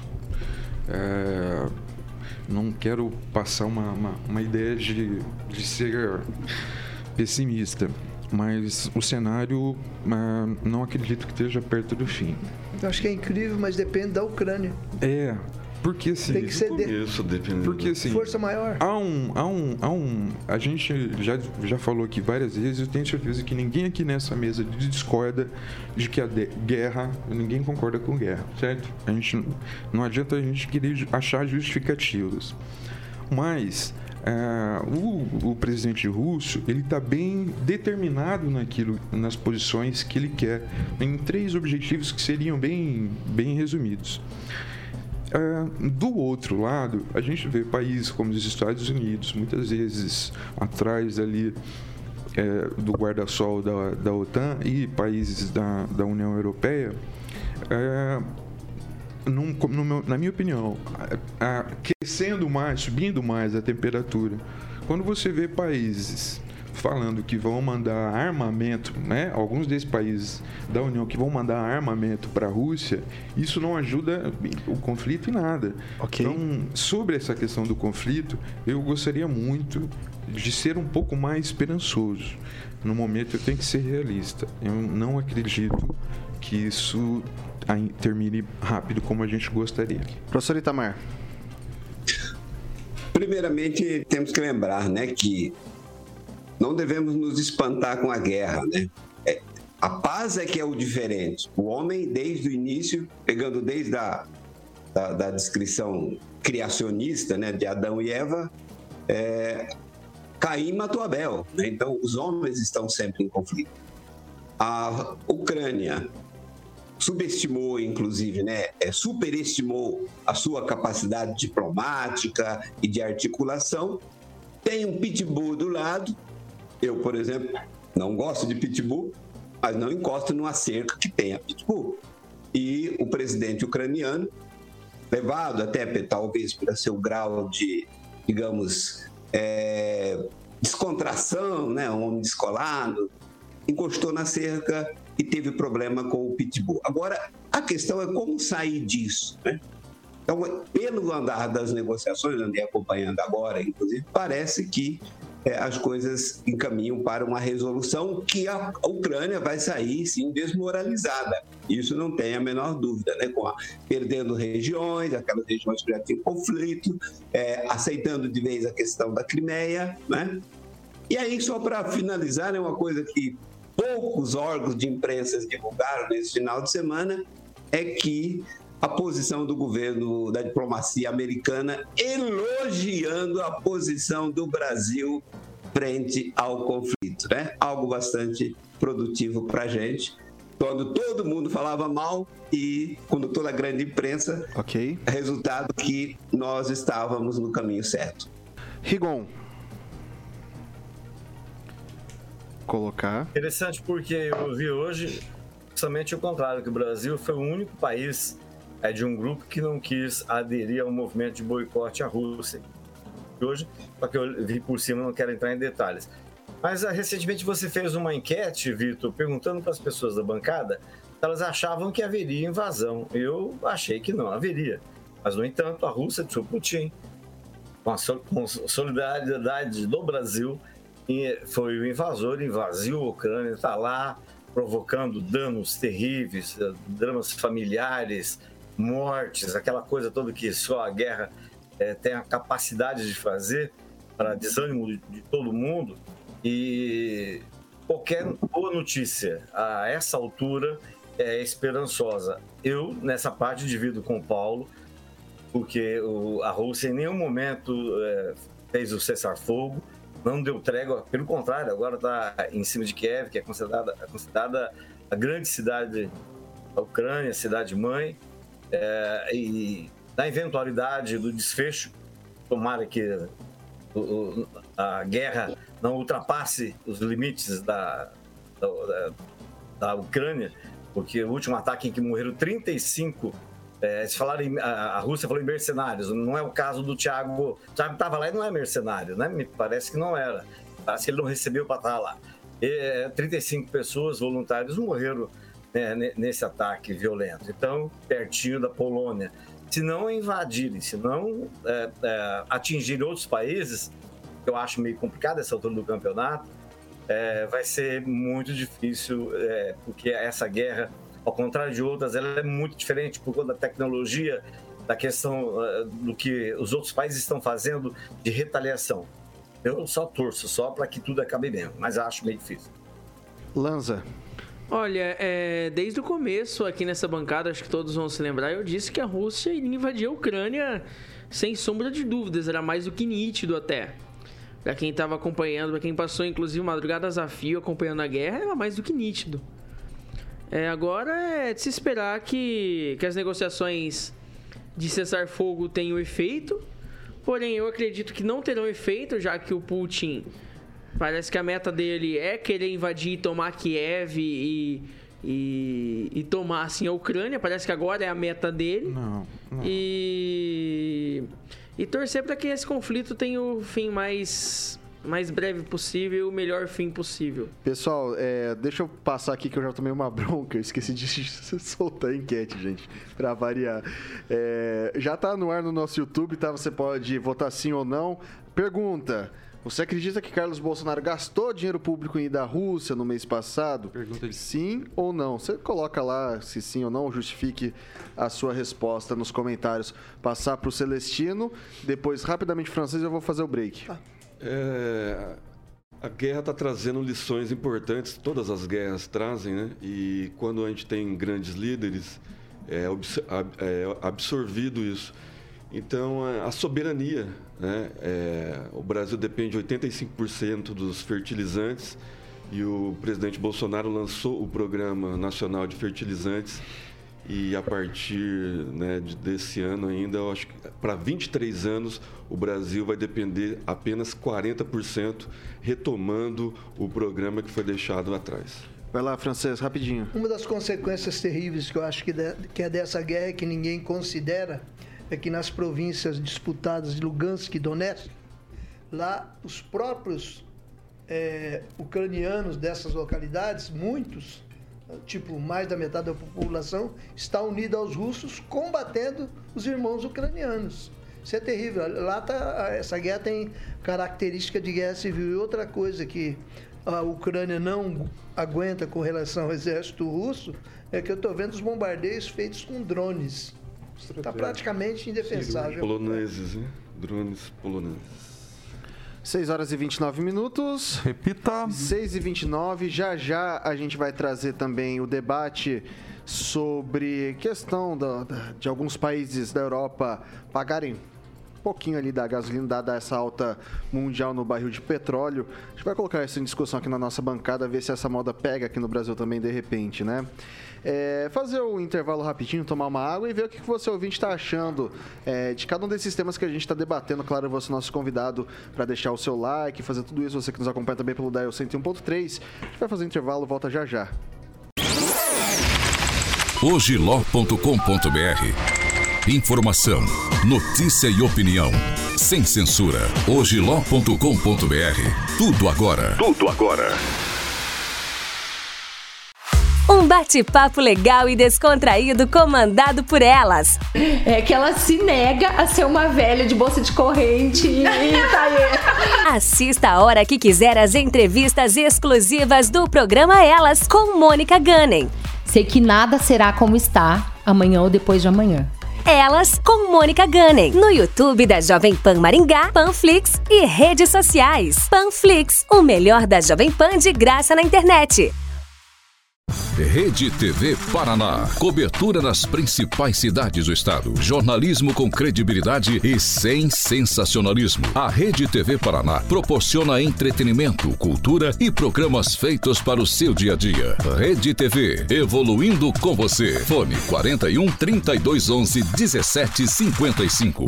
Não quero passar uma ideia de ser pessimista, mas o cenário não acredito que esteja perto do fim. Eu acho que é incrível, mas depende da Ucrânia. Porque assim, tem que ser porque assim, força maior. A gente já falou aqui várias vezes, eu tenho certeza que ninguém aqui nessa mesa discorda de que a guerra, ninguém concorda com guerra, certo? Não adianta a gente querer achar justificativas. Mas o presidente russo, ele está bem determinado nas posições que ele quer, em 3 objetivos que seriam bem resumidos. Do outro lado, a gente vê países como os Estados Unidos, muitas vezes atrás ali do guarda-sol da OTAN, e países da União Europeia, na minha opinião, aquecendo mais, subindo mais a temperatura. Quando você vê países falando que vão mandar armamento, né? Alguns desses países da União que vão mandar armamento para a Rússia, isso não ajuda o conflito em nada. Okay. Então, sobre essa questão do conflito, eu gostaria muito de ser um pouco mais esperançoso. No momento, eu tenho que ser realista. Eu não acredito que isso termine rápido como a gente gostaria. Professor Itamar. Primeiramente, temos que lembrar, né, que não devemos nos espantar com a guerra, né? A paz é que é o diferente. O homem, desde o início, pegando desde a descrição criacionista, né, de Adão e Eva, Caim matou Abel, né? Então, os homens estão sempre em conflito. A Ucrânia subestimou, inclusive, né, superestimou a sua capacidade diplomática e de articulação. Tem um pitbull do lado. Eu, por exemplo, não gosto de pitbull, mas não encosto numa cerca que tenha pitbull. E o presidente ucraniano, levado até talvez pelo seu grau de, digamos, descontração, né, um homem descolado, encostou na cerca e teve problema com o pitbull. Agora, a questão é como sair disso, né? Então, pelo andar das negociações, andei acompanhando agora, inclusive, parece que as coisas encaminham para uma resolução que a Ucrânia vai sair, sim, desmoralizada. Isso não tem a menor dúvida, né? Perdendo regiões, aquelas regiões que já tinham conflito, aceitando de vez a questão da Crimeia, né? E aí, só para finalizar, né, uma coisa que poucos órgãos de imprensa divulgaram nesse final de semana é que a posição do governo, da diplomacia americana, elogiando a posição do Brasil frente ao conflito, né? Algo bastante produtivo para a gente. Quando todo mundo falava mal e quando toda a grande imprensa, resultado que nós estávamos no caminho certo. Rigon. colocar. Interessante porque eu vi hoje somente o contrário, que o Brasil foi o único país de um grupo que não quis aderir ao movimento de boicote à Rússia. Hoje, só que eu vi por cima, não quero entrar em detalhes. Mas recentemente você fez uma enquete, Vitor, perguntando para as pessoas da bancada se elas achavam que haveria invasão. Eu achei que não haveria. Mas, no entanto, a Rússia, o Putin, com a solidariedade do Brasil, foi o invasor, invadiu a Ucrânia, está lá provocando danos terríveis, dramas familiares, mortes, aquela coisa toda que só a guerra tem a capacidade de fazer para desânimo de todo mundo. E qualquer boa notícia a essa altura é esperançosa. Eu, nessa parte, divido com o Paulo, porque a Rússia em nenhum momento fez o cessar-fogo, não deu trégua, pelo contrário, agora está em cima de Kiev, que é considerada a grande cidade da Ucrânia, cidade-mãe, e na eventualidade do desfecho, tomara que a guerra não ultrapasse os limites da Ucrânia, porque o último ataque em que morreram 35, se falarem, a Rússia falou em mercenários, não é o caso do Thiago. O Thiago estava lá e não é mercenário, né? Me parece que não era. Parece que ele não recebeu para estar lá. 35 pessoas voluntários morreram nesse ataque violento. Então, pertinho da Polônia. Se não invadirem, se não atingirem outros países, eu acho meio complicado essa altura do campeonato, vai ser muito difícil, porque essa guerra, ao contrário de outras, ela é muito diferente por conta da tecnologia, da questão do que os outros países estão fazendo de retaliação. Eu só torço, só para que tudo acabe bem, mas acho meio difícil. Lanza. Olha, desde o começo aqui nessa bancada, acho que todos vão se lembrar, eu disse que a Rússia iria invadir a Ucrânia sem sombra de dúvidas, era mais do que nítido até. Para quem estava acompanhando, para quem passou inclusive madrugadas a fio acompanhando a guerra, era mais do que nítido. Agora é de se esperar que as negociações de cessar-fogo tenham efeito, porém eu acredito que não terão efeito, já que o Putin, parece que a meta dele é querer invadir e tomar Kiev e tomar assim a Ucrânia, parece que agora é a meta dele. Não. E torcer para que esse conflito tenha o fim mais breve possível, o melhor fim possível. Pessoal, deixa eu passar aqui que eu já tomei uma bronca, eu esqueci de soltar a enquete, gente, pra variar. Já tá no ar no nosso YouTube, tá? Você pode votar sim ou não. Pergunta: você acredita que Carlos Bolsonaro gastou dinheiro público em ir da Rússia no mês passado? Pergunta de... Sim ou não? Você coloca lá se sim ou não, justifique a sua resposta nos comentários. Passar pro Celestino, depois rapidamente francês, eu vou fazer o break. A guerra está trazendo lições importantes, todas as guerras trazem, né? E quando a gente tem grandes líderes, é absorvido isso. Então, a soberania, né? O Brasil depende de 85% dos fertilizantes e o presidente Bolsonaro lançou o Programa Nacional de Fertilizantes e a partir, né, desse ano ainda, eu acho que para 23 anos o Brasil vai depender apenas 40%, retomando o programa que foi deixado atrás. Vai lá, Francês, rapidinho. Uma das consequências terríveis que eu acho que é dessa guerra, que ninguém considera, é que nas províncias disputadas de Lugansk e Donetsk, lá os próprios ucranianos dessas localidades, muitos, tipo mais da metade da população, está unida aos russos combatendo os irmãos ucranianos. Isso é terrível. Lá essa guerra tem característica de guerra civil. E outra coisa que a Ucrânia não aguenta com relação ao exército russo é que eu estou vendo os bombardeios feitos com drones. Está praticamente indefensável. Poloneses, né? Drones poloneses. 6 horas e 29 minutos. Repita. 6h29. Já a gente vai trazer também o debate sobre questão de alguns países da Europa pagarem um pouquinho ali da gasolina, dada essa alta mundial no barril de petróleo. A gente vai colocar isso em discussão aqui na nossa bancada, ver se essa moda pega aqui no Brasil também de repente, né? fazer o intervalo rapidinho, tomar uma água e ver o que você ouvinte está achando de cada um desses temas que a gente está debatendo. Claro, você é nosso convidado para deixar o seu like, fazer tudo isso. Você que nos acompanha também pelo Dial 101.3. A gente vai fazer o intervalo, volta já já. Ogiló.com.br. Informação, notícia e opinião. Sem censura. Ogiló.com.br. Tudo agora. Tudo agora. Um bate-papo legal e descontraído comandado por elas. É que ela se nega a ser uma velha de bolsa de corrente e tá aí. Assista a hora que quiser as entrevistas exclusivas do programa Elas com Mônica Gunning. Sei que nada será como está amanhã ou depois de amanhã. Elas com Mônica Gunning, no YouTube da Jovem Pan Maringá, Panflix e redes sociais. Panflix, o melhor da Jovem Pan de graça na internet. Rede TV Paraná. Cobertura nas principais cidades do estado. Jornalismo com credibilidade e sem sensacionalismo. A Rede TV Paraná proporciona entretenimento, cultura e programas feitos para o seu dia a dia. Rede TV, evoluindo com você. Fone 41 32 11 17 55.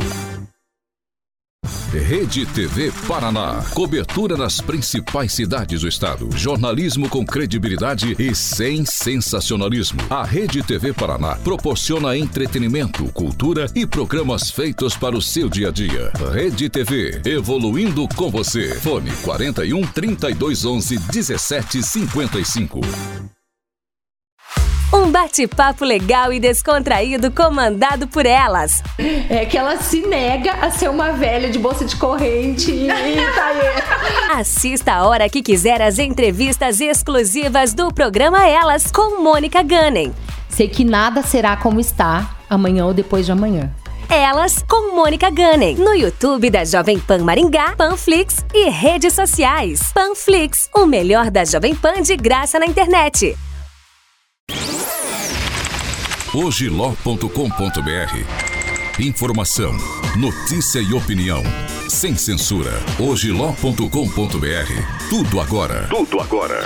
Rede TV Paraná. Cobertura nas principais cidades do estado. Jornalismo com credibilidade e sem sensacionalismo. A Rede TV Paraná proporciona entretenimento, cultura e programas feitos para o seu dia a dia. Rede TV, evoluindo com você. Fone 41 32 11 17 55. Um bate-papo legal e descontraído comandado por elas. É que ela se nega a ser uma velha de bolsa de corrente e tá aí. Assista a hora que quiser as entrevistas exclusivas do programa Elas com Mônica Gunning. Sei que nada será como está amanhã ou depois de amanhã. Elas com Mônica Gunning, no YouTube da Jovem Pan Maringá, Panflix e redes sociais. Panflix, o melhor da Jovem Pan de graça na internet. Ogiló.com.br. Informação, notícia e opinião. Sem censura. Ogiló.com.br. Tudo agora. Tudo agora.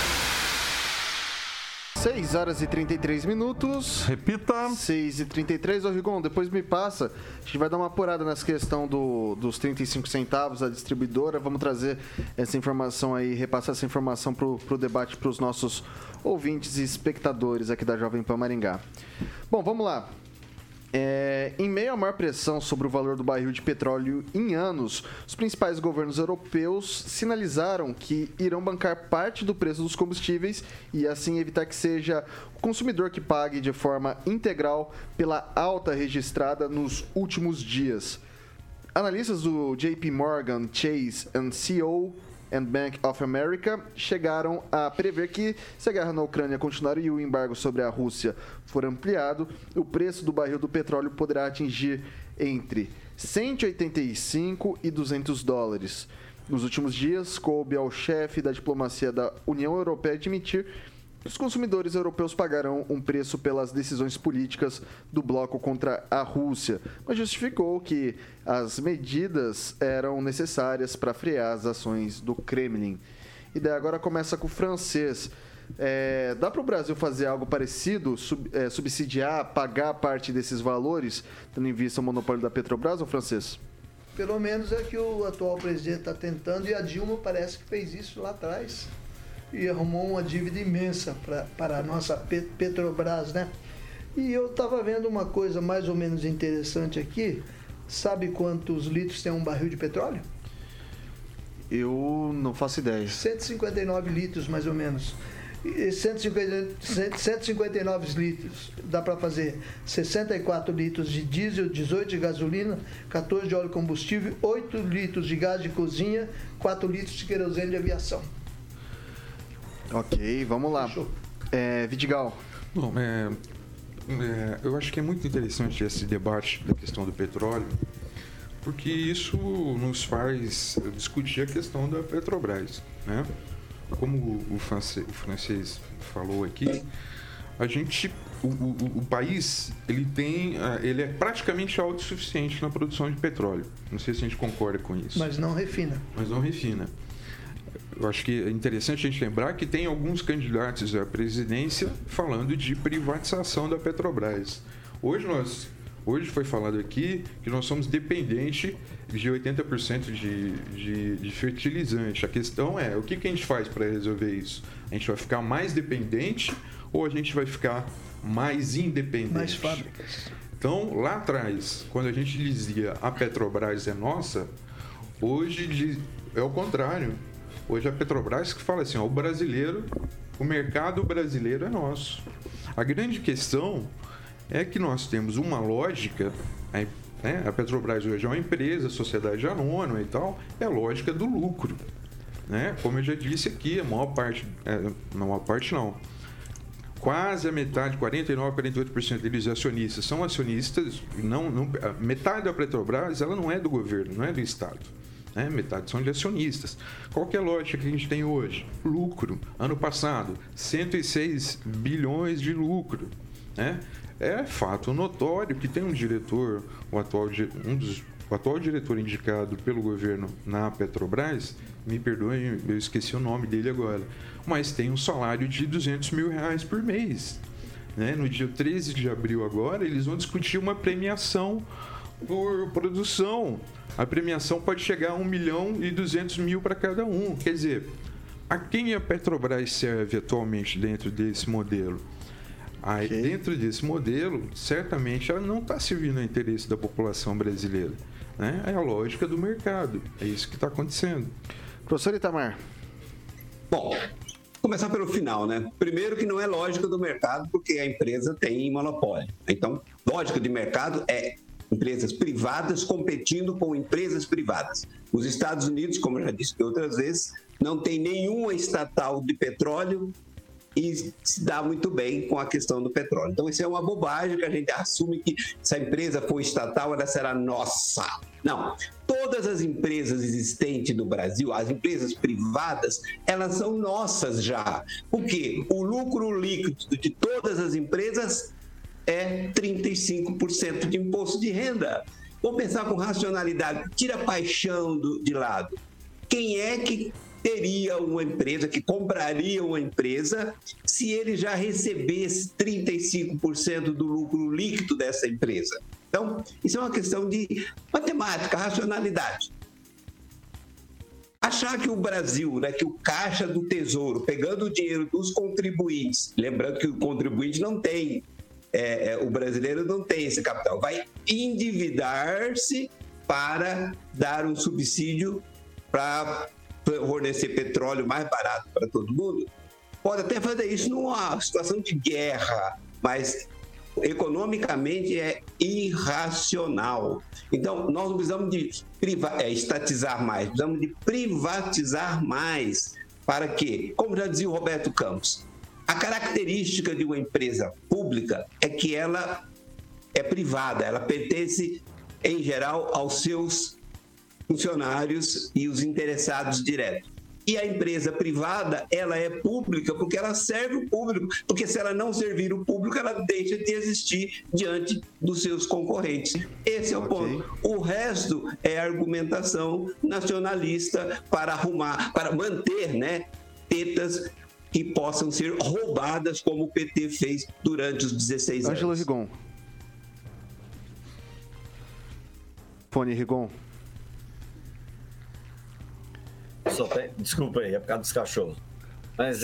6 horas e 33 minutos. Repita. 6h33. Ô, Rigon, depois me passa. A gente vai dar uma apurada nessa questão dos 35 centavos da distribuidora. Vamos trazer essa informação aí, repassar essa informação pro debate para os nossos ouvintes e espectadores aqui da Jovem Pan Maringá. Bom, vamos lá. Em meio à maior pressão sobre o valor do barril de petróleo em anos, os principais governos europeus sinalizaram que irão bancar parte do preço dos combustíveis e assim evitar que seja o consumidor que pague de forma integral pela alta registrada nos últimos dias. Analistas do JP Morgan Chase & Co. and Bank of America chegaram a prever que, se a guerra na Ucrânia continuar e o embargo sobre a Rússia for ampliado, o preço do barril do petróleo poderá atingir entre 185 e 200 dólares. Nos últimos dias, coube ao chefe da diplomacia da União Europeia admitir que os consumidores europeus pagarão um preço pelas decisões políticas do bloco contra a Rússia, mas justificou que as medidas eram necessárias para frear as ações do Kremlin. E daí agora começa com o francês. Dá para o Brasil fazer algo parecido, subsidiar, pagar parte desses valores, tendo em vista o monopólio da Petrobras, ou francês? Pelo menos é que o atual presidente está tentando, e a Dilma parece que fez isso lá atrás. E arrumou uma dívida imensa para a nossa Petrobras, né? E eu estava vendo uma coisa mais ou menos interessante aqui. Sabe quantos litros tem um barril de petróleo? Eu não faço ideia. 159 litros, mais ou menos. 159 litros. Dá para fazer 64 litros de diesel, 18 de gasolina, 14 de óleo combustível, 8 litros de gás de cozinha, 4 litros de querosene de aviação. Ok, vamos lá. Vidigal. Bom, eu acho que é muito interessante esse debate da questão do petróleo, porque isso nos faz discutir a questão da Petrobras, né? Como o francês falou aqui, o país ele é praticamente autossuficiente na produção de petróleo. Não sei se a gente concorda com isso. Mas não refina. eu acho que é interessante a gente lembrar que tem alguns candidatos à presidência falando de privatização da Petrobras. Hoje foi falado aqui que nós somos dependentes de 80% de fertilizante. A questão é, o que a gente faz para resolver isso? A gente vai ficar mais dependente ou a gente vai ficar mais independente? Mais fábricas. Então, lá atrás, quando a gente dizia a Petrobras é nossa, hoje é o contrário. Hoje a Petrobras que fala assim, ó, o mercado brasileiro é nosso. A grande questão é que nós temos uma lógica, né? A Petrobras hoje é uma empresa, sociedade anônima e tal, é a lógica do lucro. Né? Como eu já disse aqui, a maior parte não, quase a metade, 49%, 48% deles acionistas são acionistas, metade da Petrobras ela não é do governo, não é do Estado. Né? Metade são de acionistas. Qual que é a lógica que a gente tem hoje? Lucro. Ano passado, 106 bilhões de lucro. Né? É fato notório que tem um diretor, o atual diretor indicado pelo governo na Petrobras, me perdoem, eu esqueci o nome dele agora, mas tem um salário de R$200 mil por mês. Né? No dia 13 de abril agora, eles vão discutir uma premiação por produção. A premiação pode chegar a R$1.200.000 para cada um. Quer dizer, a quem a Petrobras serve atualmente dentro desse modelo? Aí, dentro desse modelo, certamente ela não está servindo ao interesse da população brasileira. Né? É a lógica do mercado. É isso que está acontecendo. Professor Itamar. Bom, começar pelo final, né? Primeiro que não é lógica do mercado, porque a empresa tem monopólio. Então, lógica de mercado é empresas privadas competindo com empresas privadas. Os Estados Unidos, como eu já disse outras vezes, não tem nenhuma estatal de petróleo e se dá muito bem com a questão do petróleo. Então, isso é uma bobagem que a gente assume que se a empresa for estatal, ela será nossa. Não. Todas as empresas existentes no Brasil, as empresas privadas, elas são nossas já. Por quê? O lucro líquido de todas as empresas é 35% de imposto de renda. Vamos pensar com racionalidade. Tira a paixão de lado. Quem é que teria uma empresa, que compraria uma empresa, se ele já recebesse 35% do lucro líquido dessa empresa? Então, isso é uma questão de matemática, racionalidade. Achar que o Brasil, né, que o Caixa do Tesouro, pegando o dinheiro dos contribuintes, lembrando que o contribuinte não tem, o brasileiro não tem esse capital, vai endividar-se para dar um subsídio para fornecer petróleo mais barato para todo mundo, pode até fazer isso numa situação de guerra, mas economicamente é irracional. Então, nós não precisamos de estatizar mais, precisamos de privatizar mais. Para quê? Como já dizia o Roberto Campos, a característica de uma empresa pública é que ela é privada, ela pertence, em geral, aos seus funcionários e os interessados diretos. E a empresa privada, ela é pública porque ela serve o público, porque se ela não servir o público, ela deixa de existir diante dos seus concorrentes. Esse é o ponto. O resto é argumentação nacionalista para manter, né, tetas que possam ser roubadas, como o PT fez durante os 16 anos. Ângelo Rigon. Fone Rigon. Desculpa aí, é por causa dos cachorros. Mas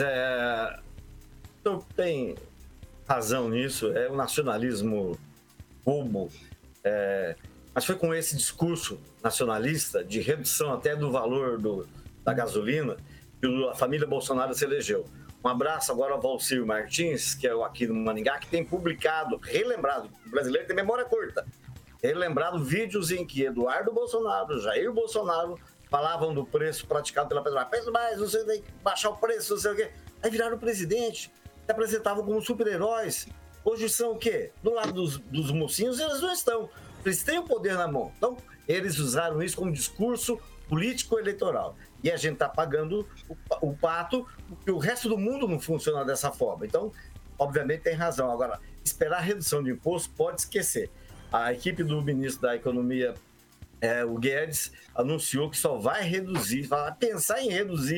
tem razão nisso, é um nacionalismo bobo. Mas foi com esse discurso nacionalista, de redução até do valor da gasolina, que a família Bolsonaro se elegeu. Um abraço agora ao Valcir Martins, que é aqui no Maringá, que tem publicado, relembrado, o brasileiro tem memória curta, relembrado vídeos em que Eduardo Bolsonaro, Jair Bolsonaro, falavam do preço praticado pela Petrobras. Pensa mais, você tem que baixar o preço, não sei o quê. Aí viraram presidente, se apresentavam como super-heróis. Hoje são o quê? Do lado dos mocinhos, eles não estão. Eles têm o poder na mão. Então, eles usaram isso como discurso político-eleitoral. E a gente está pagando o pato, porque o resto do mundo não funciona dessa forma. Então, obviamente, tem razão. Agora, esperar redução de imposto, pode esquecer. A equipe do ministro da Economia, o Guedes, anunciou que só vai reduzir, vai pensar em reduzir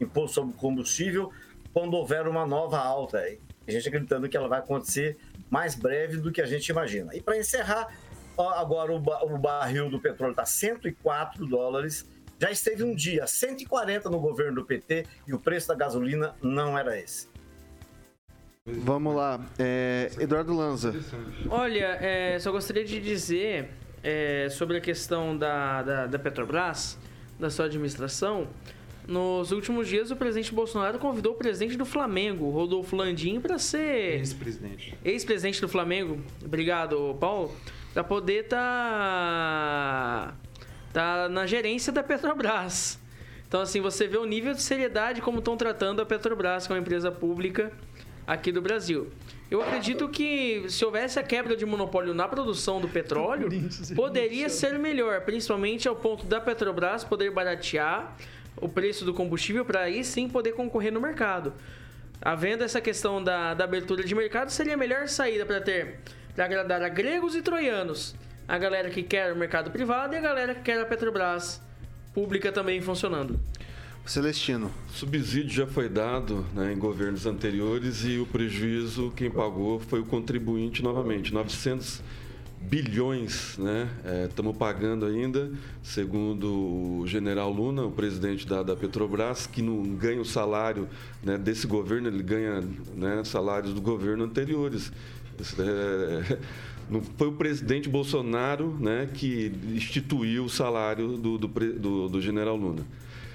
imposto sobre combustível quando houver uma nova alta. A gente acreditando que ela vai acontecer mais breve do que a gente imagina. E para encerrar, agora o barril do petróleo está $104, já esteve um dia 140 no governo do PT e o preço da gasolina não era esse. Vamos lá, Eduardo Lanza. Olha, só gostaria de dizer sobre a questão da Petrobras, da sua administração. Nos últimos dias, o presidente Bolsonaro convidou o presidente do Flamengo, Rodolfo Landim, para ser ex-presidente do Flamengo. Obrigado, Paulo. Para poder tá na gerência da Petrobras. Então, assim, você vê o nível de seriedade como estão tratando a Petrobras, que é uma empresa pública aqui do Brasil. Eu acredito que se houvesse a quebra de monopólio na produção do petróleo, poderia ser melhor, principalmente ao ponto da Petrobras poder baratear o preço do combustível para aí sim poder concorrer no mercado. Havendo essa questão da abertura de mercado, seria a melhor saída para agradar a gregos e troianos. A galera que quer o mercado privado e a galera que quer a Petrobras pública também funcionando. Celestino. Subsídio já foi dado, né, em governos anteriores e o prejuízo quem pagou foi o contribuinte novamente, 900 bilhões, né? Estamos pagando ainda, segundo o general Luna, o presidente da Petrobras, que não ganha o salário, né, desse governo, ele ganha, né, salários do governo anteriores. Não foi o presidente Bolsonaro, né, que instituiu o salário do general Luna.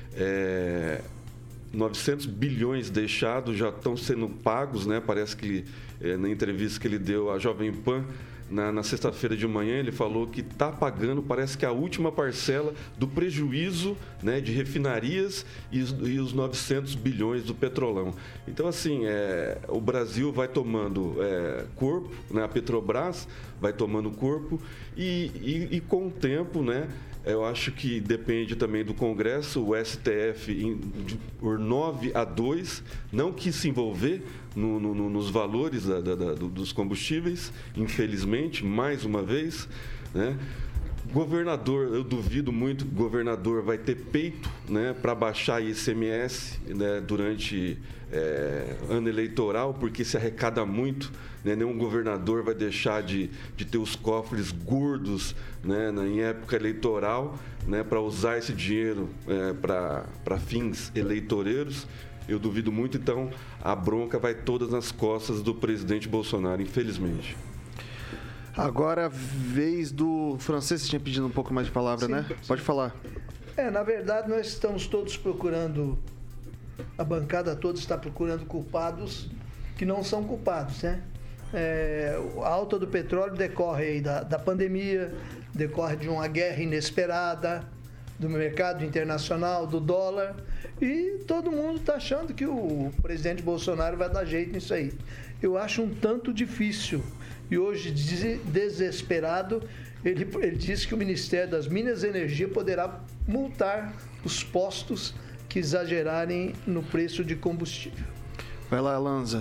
900 bilhões deixados já estão sendo pagos, né? Parece que na entrevista que ele deu à Jovem Pan na sexta-feira de manhã, ele falou que está pagando, parece que a última parcela do prejuízo, né, de refinarias e os 900 bilhões do Petrolão. Então, assim, o Brasil vai tomando corpo, né? A Petrobras vai tomando corpo e com o tempo, né? Eu acho que depende também do Congresso, o STF, por 9-2, não quis se envolver nos valores dos combustíveis, infelizmente, mais uma vez, né? Governador, eu duvido muito que o governador vai ter peito, né, para baixar ICMS, né, durante ano eleitoral, porque se arrecada muito, né? Nenhum governador vai deixar de ter os cofres gordos, né, em época eleitoral, né, para usar esse dinheiro para fins eleitoreiros. Eu duvido muito, então a bronca vai todas nas costas do presidente Bolsonaro, infelizmente. Agora, vez do francês, você tinha pedido um pouco mais de palavra, sim, né? Sim. Pode falar. Na verdade, nós estamos todos procurando, a bancada toda está procurando culpados que não são culpados, né? A alta do petróleo decorre aí da pandemia, decorre de uma guerra inesperada, do mercado internacional, do dólar, e todo mundo está achando que o presidente Bolsonaro vai dar jeito nisso aí. Eu acho um tanto difícil. E hoje, desesperado, ele disse que o Ministério das Minas e Energia poderá multar os postos que exagerarem no preço de combustível. Vai lá, Lanza.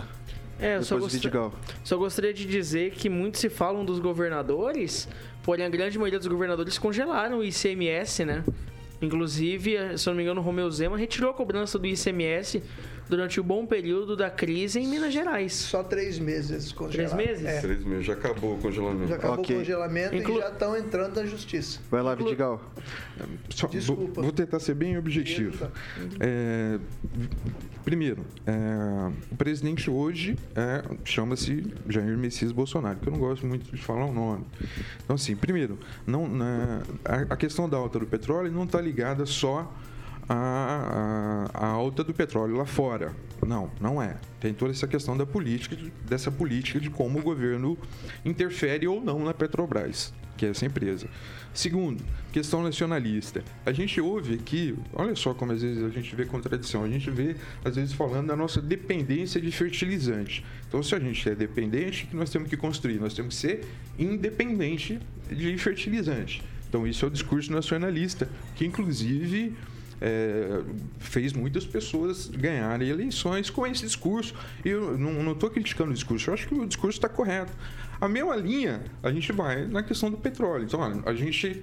Só gostaria de dizer que muito se falam dos governadores, porém a grande maioria dos governadores congelaram o ICMS, né? Inclusive, se eu não me engano, o Romeu Zema retirou a cobrança do ICMS durante o bom período da crise em Minas Gerais. Só 3 meses congelaram. 3 meses? 3 meses, já acabou o congelamento. Já acabou o congelamento e já estão entrando na justiça. Vai lá, Vidigal. Desculpa. Vou tentar ser bem objetivo. Primeiro, o presidente hoje chama-se Jair Messias Bolsonaro, que eu não gosto muito de falar o nome. Então, assim, primeiro, a questão da alta do petróleo não está ligada só a alta do petróleo lá fora. Não é. Tem toda essa questão dessa política de como o governo interfere ou não na Petrobras, que é essa empresa. Segundo, questão nacionalista. A gente ouve aqui, olha só como às vezes a gente vê contradição, a gente vê às vezes falando da nossa dependência de fertilizante. Então, se a gente é dependente, o que nós temos que construir? Nós temos que ser independente de fertilizante. Então, isso é o discurso nacionalista, que inclusive fez muitas pessoas ganharem eleições com esse discurso. E eu não estou criticando o discurso, eu acho que o discurso está correto. A mesma linha, a gente vai na questão do petróleo. Então, olha, a gente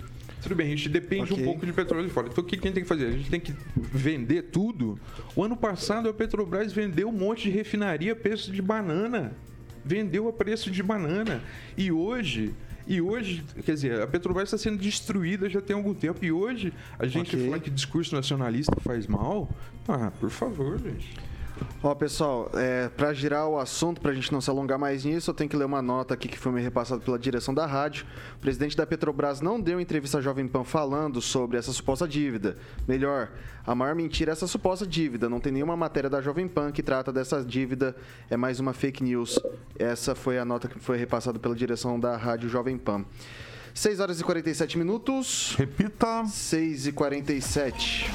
Tudo bem, a gente depende um pouco de petróleo de fora. Então, o que a gente tem que fazer? A gente tem que vender tudo. O ano passado, a Petrobras vendeu um monte de refinaria a preço de banana. Vendeu a preço de banana. E hoje, quer dizer, a Petrobras está sendo destruída já tem algum tempo. E hoje, a gente fala que discurso nacionalista faz mal. Por favor, gente. Ó, pessoal, para girar o assunto, para a gente não se alongar mais nisso, eu tenho que ler uma nota aqui que foi me repassada pela direção da rádio. O presidente da Petrobras não deu entrevista à Jovem Pan falando sobre essa suposta dívida. Melhor, a maior mentira é essa suposta dívida. Não tem nenhuma matéria da Jovem Pan que trata dessa dívida. É mais uma fake news. Essa foi a nota que foi repassada pela direção da rádio Jovem Pan. 6 horas e 47 minutos. Repita. 6h47.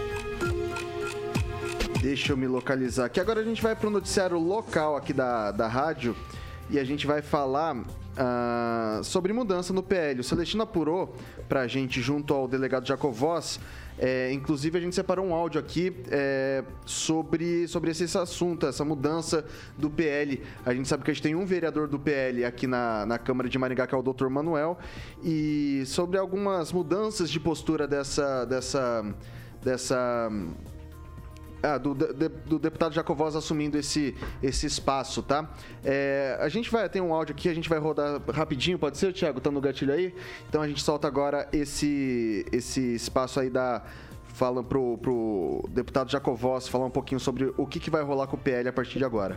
Deixa eu me localizar aqui. Agora a gente vai para o noticiário local aqui da rádio e a gente vai falar sobre mudança no PL. O Celestino apurou para a gente, junto ao delegado Jacovós, inclusive a gente separou um áudio aqui sobre esse assunto, essa mudança do PL. A gente sabe que a gente tem um vereador do PL aqui na Câmara de Maringá, que é o Dr. Manuel, e sobre algumas mudanças de postura do deputado Jacovós assumindo esse espaço, tá? A gente tem um áudio aqui, a gente vai rodar rapidinho, pode ser, Thiago? Tá no gatilho aí? Então a gente solta agora esse espaço aí fala pro deputado Jacovós falar um pouquinho sobre o que vai rolar com o PL a partir de agora.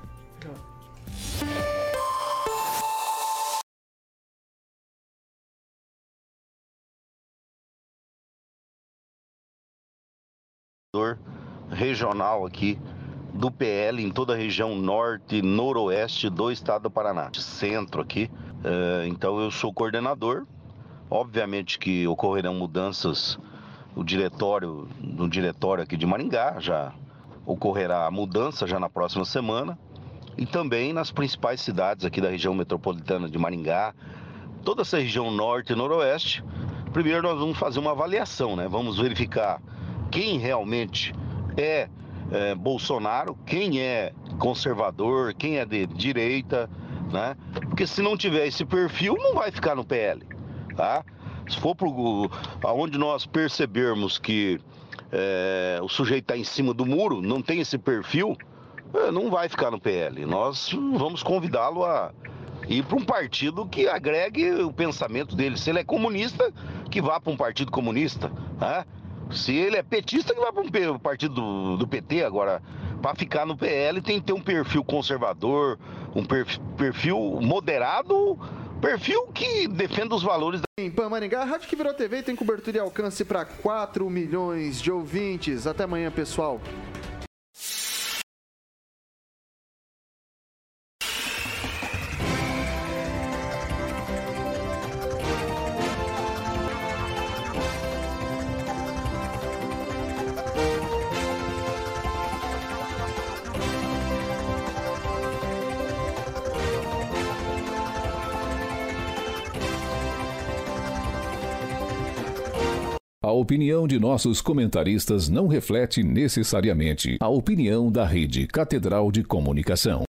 Regional aqui do PL em toda a região norte e noroeste do estado do Paraná, centro aqui. Então eu sou coordenador. Obviamente que ocorrerão mudanças no diretório aqui de Maringá, já ocorrerá a mudança já na próxima semana, e também nas principais cidades aqui da região metropolitana de Maringá, toda essa região norte e noroeste. Primeiro nós vamos fazer uma avaliação, né? Vamos verificar quem realmente é Bolsonaro, quem é conservador, quem é de direita, né? Porque se não tiver esse perfil, não vai ficar no PL, tá? Se for aonde nós percebermos que o sujeito está em cima do muro, não tem esse perfil, não vai ficar no PL. Nós vamos convidá-lo a ir para um partido que agregue o pensamento dele. Se ele é comunista, que vá para um partido comunista, né? Se ele é petista, que vai para o partido do PT. Agora, para ficar no PL, tem que ter um perfil conservador, um perfil moderado, perfil que defenda os valores. Em Pan Maringá, a rádio que virou TV tem cobertura e alcance para 4 milhões de ouvintes. Até amanhã, pessoal. A opinião de nossos comentaristas não reflete necessariamente a opinião da Rede Catedral de Comunicação.